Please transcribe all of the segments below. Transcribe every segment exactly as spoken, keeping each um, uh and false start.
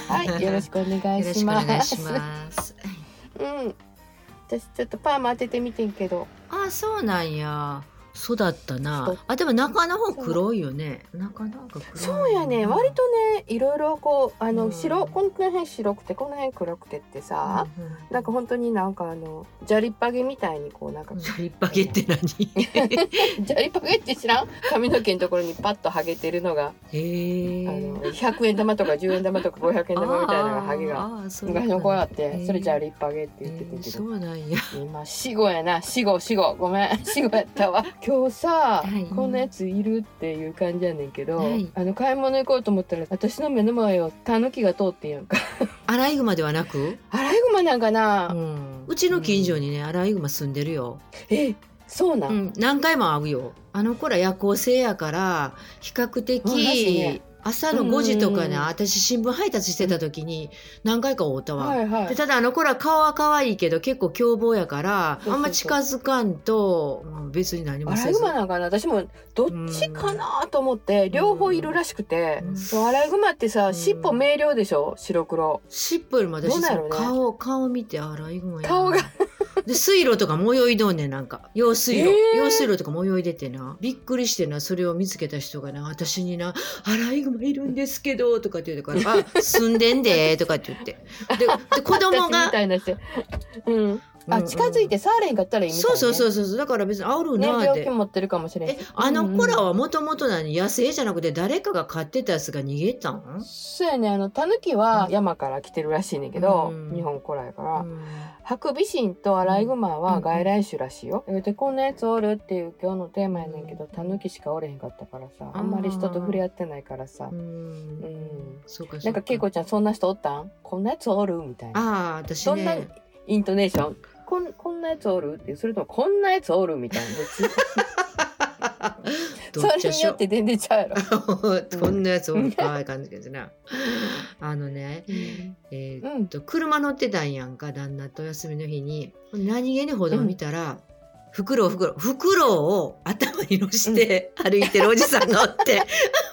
はい、よろしくお願いします。 よろしくお願いします。 うん、私ちょっとパーマ当ててみてんけど。 ああ、そうなんや。そうだったな。あ、でも中の方黒いよね。中なんか黒い。 そうやね、割とね、いろいろこうあの、 うん、 白、この辺白くてこの辺黒くてってさ、うんうん、なんか本当になんかあのジャリッパゲみたいにこうなんかジャリッパゲって何？ジャリッパゲって知らん？髪の毛のところにパッとハゲてるのが、 へー、 あのひゃくえん玉とかじゅうえん玉とかごひゃくえん玉みたいなハゲが昔の子あって、それジャリッパゲって言ってたけど、 そうなんや。 今死後やな、死後死後ごめん死後やったわ。今日さ、はい、こんなやついるっていう感じやねんけど、はい、あの買い物行こうと思ったら私の目の前をタヌキが通ってんやんか。 アライグマではなく？ アライグマなんかな、 うん、うちの近所にね、うん、アライグマ住んでるよ。 え、そうなん、うん、 何回も会うよ。あの子ら夜行性やから比較的朝のごじとかね、私新聞配達してた時に何回か会うたわ、はいはい、でただあの子ら顔は可愛いけど結構凶暴やからあんま近づかんと別に何もせず。 アライグマなんかな、私もどっちかなと思って両方いるらしくて、アライグマってさ尻尾明瞭でしょ、白黒。 尻尾よりも私、ね、顔顔見てアライグマやな、 顔がで水路とか泳いどんねん、なんか用水路、えー、用水路とか泳いでてな、びっくりしてな、それを見つけた人がな、私にな「アライグマいるんですけど」とかって言うから「あ、住んでんで」とかって言ってでで子供がみたいなして、うん、あ、近づいて触れへんかったらいいみたいな、ね、 そうそうそうそう、だから別にあるなって、 ね、病気持ってるかもしれん。 え、あの子らはもともと何、野生じゃなくて誰かが飼ってたやつが逃げたん？ そうやね、あのタヌキは山から来てるらしいねんけど、うん、日本古来から、うん、ハクビシンとアライグマは外来種らしいよ、うん、でこんなやつおるっていう今日のテーマやねんけど、タヌキしかおれへんかったからさ、あんまり人と触れ合ってないからさ、うん、うん、そうかそうか。なんかけいこちゃんそんな人おったん？こんなやつおるみたいな。 ああ、私ね、 どんなイントネーション？こん、こんなやつおるって、それともこんなやつおるみたいな、どっちそれによって全然ちゃうやろ。 こんなやつおるかい感じですな。あのね、うん、えー、っと、うん、車乗ってたんやんか、旦那と休みの日に。何気に歩道見たら、うん、フクロウフクロウフクロウを頭に乗して歩いてるおじさんがおって。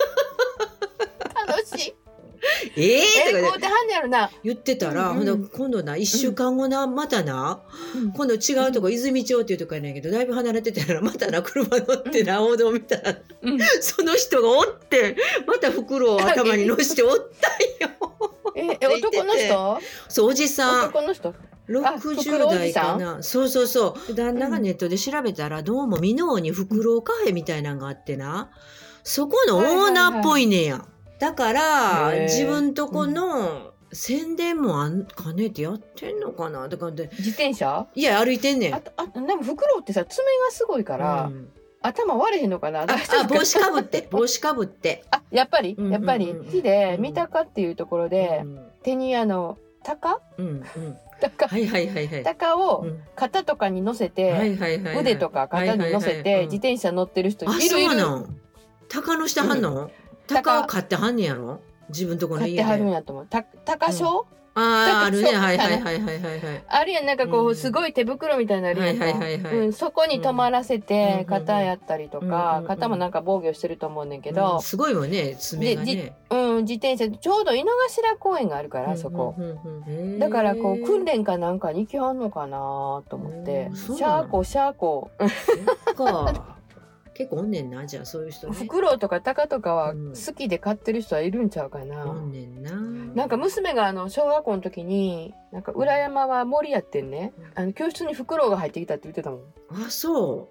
楽しい。 えー、 えー、こうてはんねやろな言ってたら、うんうん、ほん今度ないっしゅうかんごな、またな、うん、今度違うとこ、うん、泉町っていうとこやねんけどだいぶ離れてたらまたな車乗ってな、報道見たら、うん、その人がおってまた袋を頭に乗しておったんよ。 ええ、男の人？ そう、おじさん、 男の人ろくじゅう代かな。そうそうそう、旦那がネットで調べたら、うん、どうも箕面にフクロウカフェみたいなのがあってな、そこのオーナーっぽいねんや、はいはいはい、だから自分とこの宣伝もあんかねってやってんのかなとかで、 自転車？ いや歩いてんねん。 ああ、でもフクロウってさ爪がすごいから、うん、頭割れへんのかな。ああ、帽子かぶって帽子かぶってあ、やっぱりやっぱり木で三鷹っていうところで、うん、手にあの鷹、うんうん、鷹、はいはいはいはい、鷹を肩とかに乗せて、はいはいはいはい、腕とか肩に乗せて自転車乗ってる人いるいる。 あ、そうなん。鷹の下はんの？うん、鷹を買ってはんねやろ、自分とこの家で。 買ってはるんやと思う。た鷹賞、 うん、ああ、あるね、はいはいはいはいはいはい。 あるやん、なんかこう、うん、すごい手袋みたいなのあるやんか、はいはいはいはい、うん、そこに止まらせて、うん、肩やったりとか、うん、肩もなんか防御してると思うねんけど、 うん、すごいわね、爪がね。 うん、自転車ちょうど井の頭公園があるから、そこ、だからこう訓練かなんかに行きはんのかなと思って、シャーコシャーコそっか結構おんねんな、じゃあそういう人ね。 フクロウとかタカとかは好きで飼ってる人はいるんちゃうかな。 おんねんな。 なんか娘があの小学校の時に、なんか裏山は森やってんね。あの教室にフクロウが入ってきたって言ってたもん。 あ、そう。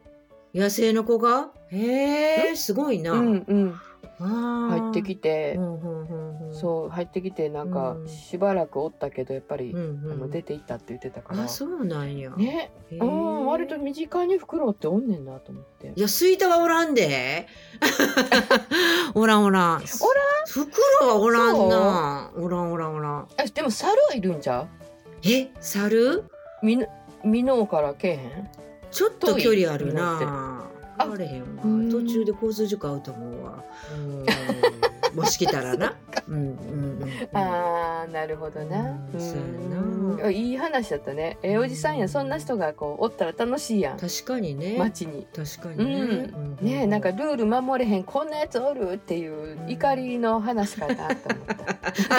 野生の子が？へえ、すごいな。 うんうん。入ってきて、そう入ってきてなんかしばらくおったけどやっぱり、うんうん、あの出ていったって言ってたから。 あ、そうなんや。 ね、うん、割と身近にフクロウっておんねんなと思って。 いや、スイタはおらんで。おらんおらん。おらん。フクロウはおらんな。おらんおらんおらん。 え、でも猿はいるんじゃ？ え、猿？ み箕面からけえへん？ ちょっと距離あるな。あれへんわ。途中で交通事故合うと思うわ。 もし来たらな。うんうんうん、 ああ、なるほどな。 うん、そうやな。 いい話だったね。えー、おじさんや、そんな人がこうおったら楽しいやん。 確かにね。 街に。 確かにね。 うん、ねえ、なんかルール守れへんこんなやつおるっていう怒りの話かなと思った。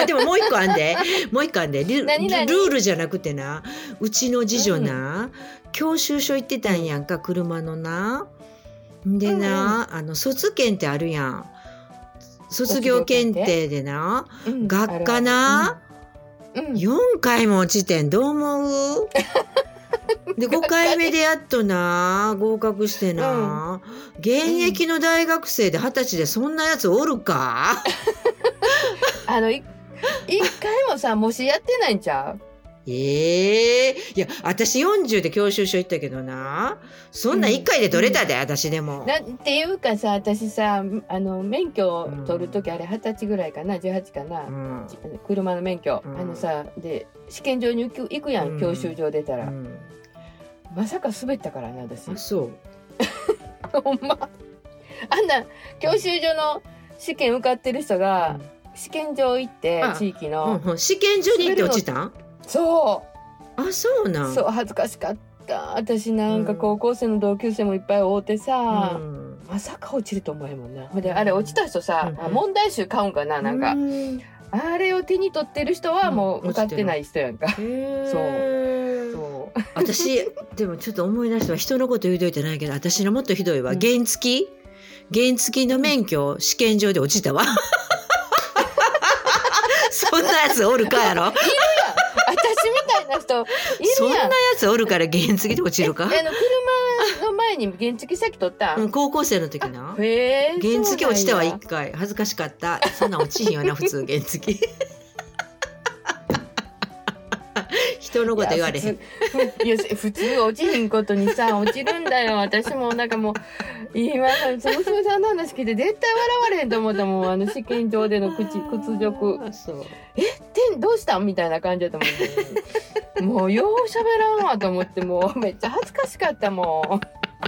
あ、でももう一個あんで、もう一個あんで、ル何々 ルールじゃなくてな、うちの次女な、うん、教習所行ってたんやんか、車のな。でな、うんうん、あの卒検ってあるやん。卒業検定でな、うん、学科な、うんうん、よんかいも落ちてん。どう思う？でごかいめでやっとな合格してな、うん、現役の大学生ではたちでそんなやつおるか？ あのい一回もさ、もしやってないんちゃう？ ええー、いや私よんじゅうで教習所行ったけどな、そんないっかいで取れたで、うん、私でも。 なんていうかさ、私さ、あの免許を取る時、うん、あれはたちぐらいかな、じゅうはちかな、うん、車の免許、うん、あのさで試験場に行く、行くやん、うん、教習所出たら、うん、まさか滑ったからね私。 あ、そうほんまあんな教習所の試験受かってる人が、うん、試験場行って地域の、 うんうん、試験場に行って落ちたん？ そう。 あ、そうなん。 そう、恥ずかしかった。私なんか高校生の同級生もいっぱい会うてさ、うん、まさか落ちると思えんもんな。ほんであれ落ちた人さ、うん、問題集買うんかな、なんか、うん、あれを手に取ってる人はもう受かってない人やんか、うん、そうそう私でもちょっと思い出したわ。人のこと言うといてないけど、私のもっとひどいわ。原付き原付きの免許、うん、試験場で落ちたわそんなやつおるかやろ。いるやん、 私みたいな人いるやん。 そんなやつおるから原付で落ちるか。 あの車の前に原付先取った、 うん、高校生の時な。 へー、 原付落ちたわ一回。恥ずかしかった。そんなん落ちひんよな普通原付人のこと言われへん。 いや普通落ちひんことにさ落ちるんだよ。私もなんかもう今その娘さんの話聞いて絶対笑われへんと思ったもん。あの試験場での口屈辱。そうえてどうしたんみたいな感じだと思ってもうよう喋らんわと思って、もうめっちゃ恥ずかしかったもん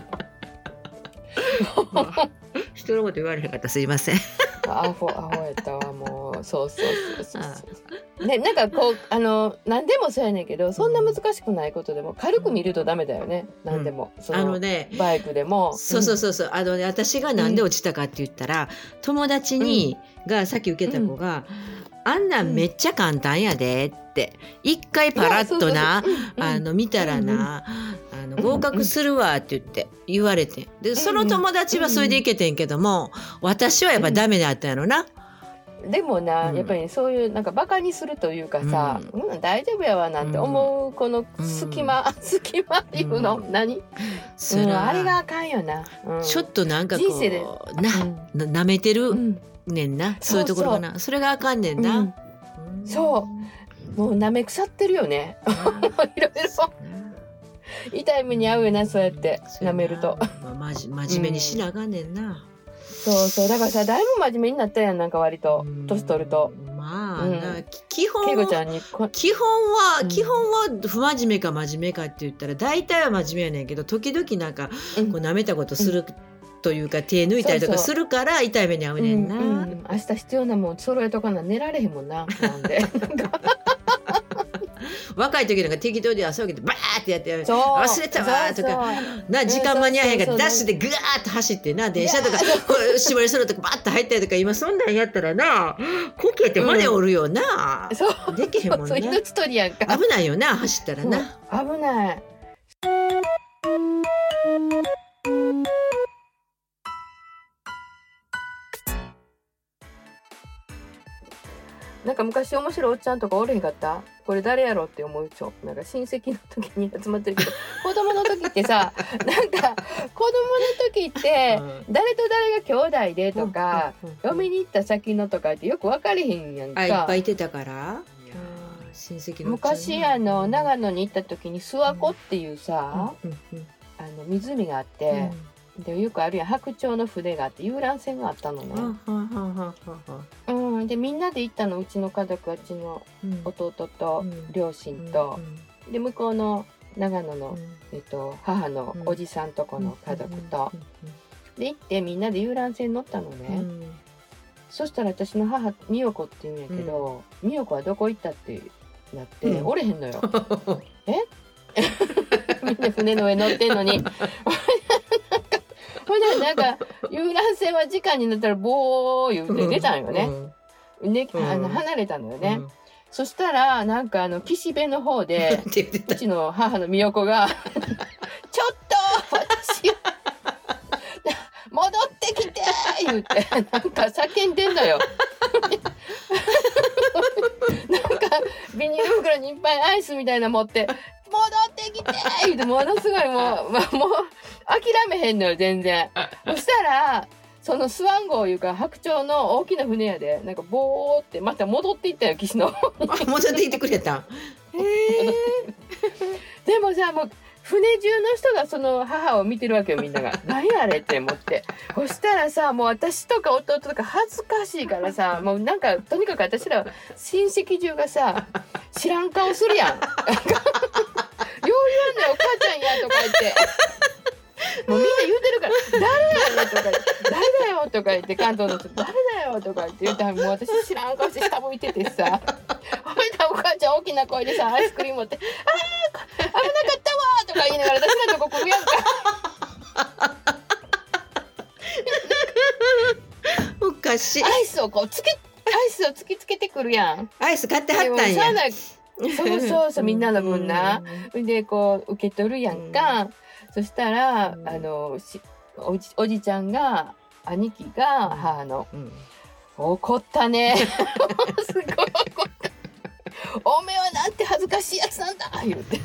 人のこと言われへんかった、すいませんアホアホやったわもう。そうそうそうそうそうね、なんかこうあの何でもそうやねんけど、そんな難しくないことでも軽く見るとダメだよね、うん、何でも。そのあのねバイクでもそうそうそうそう、うん、あのね私がなんで落ちたかって言ったら、うん、友達に、うん、がさっき受けた子が、うん、あんなんめっちゃ簡単やでって一回パラッとなあの見たらな、あの合格するわって言って言われて、でその友達はそれでいけてんけども、私はやっぱダメだったやろな。 でもな、うん、やっぱりそういうなんかバカにするというかさ、うんうん、大丈夫やわなんて思うこの隙間、うん、隙間っていうの、うん、何、それ、うん、あれがあかんよな、うん、 ちょっとなんかこう人生でな、なめてるねんな、うん、そういうところかな。そうそう、それがあかんねんな、うんうん、そうもうなめ腐ってるよねいろいろ痛い目に遭うよな、そうやってなめると。 まあ、真面目にしなあかんねんな、うん、 そうそう、だからさだいぶ真面目になったやん、なんか割と年取ると。 まあ、うん、基本けいこちゃんに基本は、うん、基本は不真面目か真面目かって言ったら大体は真面目やねんけど、時々なんかこう舐めたことする、うん、というか手抜いたりとかするから痛い目に遭うねんな。うんうん、 明日必要なもん揃えとかな寝られへんもんな、なんで若い時なんか適当で遊びでバーってやって忘れたわとかな、時間間に合わへんからダッシュでグワーッと走ってな、電車とか絞りそろとかバーッと入ったりとか、今そんなんやったらなこけて骨折るよな、うん、そうできへんもんな。そう命取りやんか。 危ないよな走ったらな、 危ない。なんか昔面白いおっちゃんとかおれへんかった？これ誰やろって思うちょ。なんか親戚の時に集まってるけど子供の時ってさなんか子供の時って誰と誰が兄弟でとか嫁に行った先のとかってよく分かれへんやんか。 あ、いっぱいいてたから。親戚の昔あの長野に行った時に諏訪湖っていうさ、うんうんうん、あの湖があって、うん、でよくあるやん、白鳥の筆があって遊覧船があったのね。うん、でみんなで行ったの、うちの家族、うちの弟と両親と、うん、で向こうの長野の、うん、えっと、母のおじさんとこの家族と、で行ってみんなで遊覧船乗ったのね、 そしたら私の母美代子って言うんやけど、うん、美代子はどこ行ったってなって、うん、おれへんのよえみんな船の上乗ってんのにほんでなんか遊覧船は時間になったらボー言うて出たんよね、うん、ね、あの離れたのよね、うん、そしたらなんかあの岸辺の方でうちの母の美代子がちょっと私戻ってきて言うてなんか叫んでんのよなんかビニール袋にいっぱいアイスみたいな持って戻ってきて言うてものすごいもう、まあ、もう諦めへんのよ全然。そしたらそのスワン号いうか白鳥の大きな船やでなんかボーってまた戻っていったよ岸の戻っていってくれたでもさもう船中の人がその母を見てるわけよみんなが何あれって思ってそしたらさもう私とか弟とか恥ずかしいからさもうなんかとにかく私ら親戚中がさ知らん顔するやんよう言わんのよお母ちゃんやとか言ってもうみんな言うてるから誰やねんとか言って誰だよとか言って関東の人誰だよとか言って言ったらもう私知らん顔して下向いててさほいでお母ちゃん大きな声でさアイスクリーム持ってあー危なかったわとか言いながら私のとこ来るやんかおかしいアイスをこうつけアイスを突きつけてくるやんアイス買ってはったんやそうそうそうみんなの分なでこう受け取るやんか、うん、そしたら、うん、あのおじ、おじちゃんが兄貴が母の、うん、怒ったねすごい怒ったおめえはなんて恥ずかしいやつなんだ言うて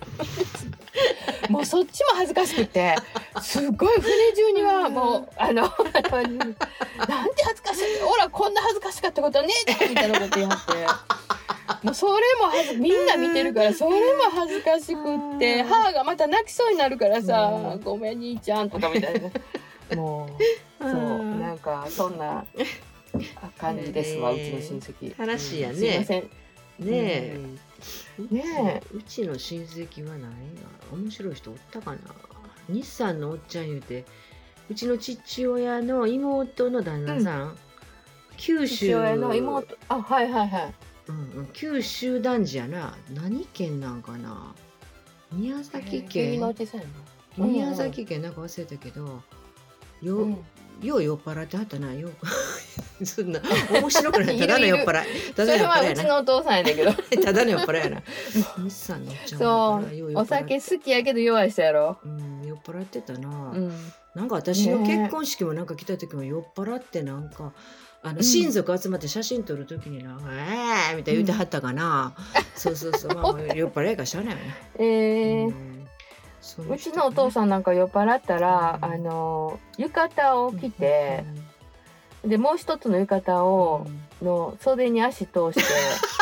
もうそっちも恥ずかしくてすごい船中にはもうあのなんて恥ずかしいほらこんな恥ずかしかったことはねえだみたいなこと言いはってもうそれもはずみんな見てるからそれも恥ずかしくって母がまた泣きそうになるからさごめん兄ちゃんとかみたいなもうそうなんかそんな感じですわ、うちの親戚話やね、 すいませんねえ、 うん、ねえうちの親戚は何が面白い人おったかな。日産のおっちゃん言うてうちの父親の妹の旦那さん、うん、九州父親の妹あはいはいはい、 うんうん、九州男児やな。何県なんかな宮崎県宮崎県なんか忘れたけどよ、うん、よう酔っ払ってはったなよそんな面白くないただの酔っ払いただの酔っ払いやな。それはうちのお父さんやだけどただの酔っ払いやな日産のおっちゃんそうお酒好きやけど弱い人やろ、 うん、酔っ払ってたな、うん、なんか私の結婚式もなんか来た時も酔っ払ってなんかあの親族集まって写真撮る時になんか、うん、えーみたいな言うてはったかな、うん、そうそうそう、まあ、酔っ払いかしゃあないよねえーうんうちのお父さんなんか酔っ払ったら、うん、あの浴衣を着て、うん、でもう一つの浴衣を、うん、の袖に足通して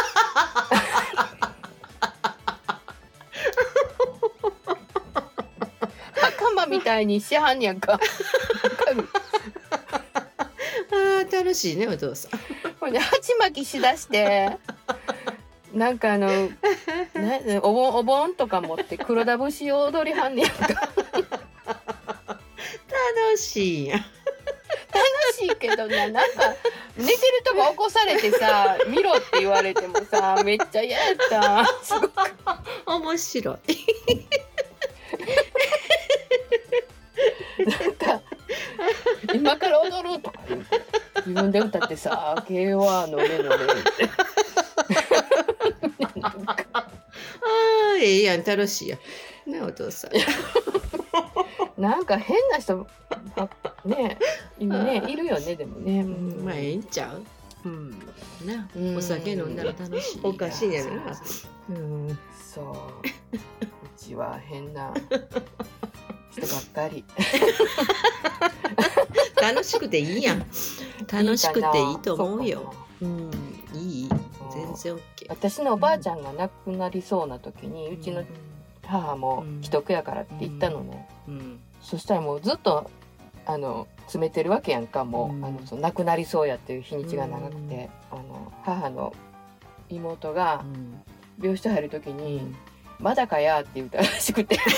袴みたいにしはんやんかあ楽しいねお父さんほんで鉢巻きしだしてなんかあのなお盆お盆とか持って黒田節を踊りはんねやんか楽しいや楽しいけどな、なんか寝てるとこ起こされてさ見ろって言われてもさめっちゃ嫌やったすごく面白いなんか今から踊ろうとか言うて自分で歌ってさ ケーワン の上の上ってああええやん楽しいやねお父さんなんか変な人ねいるねいるよねでもね、 うん、まあええんちゃう、うんね、うん、お酒飲んだら楽しいおかしいやろな、 うん、そううちは変な人ばっかり楽しくていいやん楽しくていいと思うようん、いい全然 OK。 私のおばあちゃんが亡くなりそうな時に、うん、うちの母も既得やからって言ったのね、うんうん、そしたらもうずっとあの詰めてるわけやんかもう、うん、あのその亡くなりそうやっていう日にちが長くて、うん、あの母の妹が病室入る時に、うん、まだかやって言ったらしくて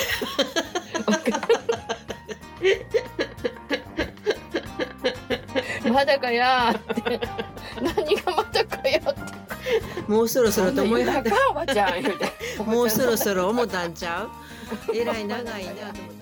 まだかやって何がまだかやってもうそろそろと思いはったおばちゃん言うてもうそろそろ思ったんちゃうえらい長いなと思って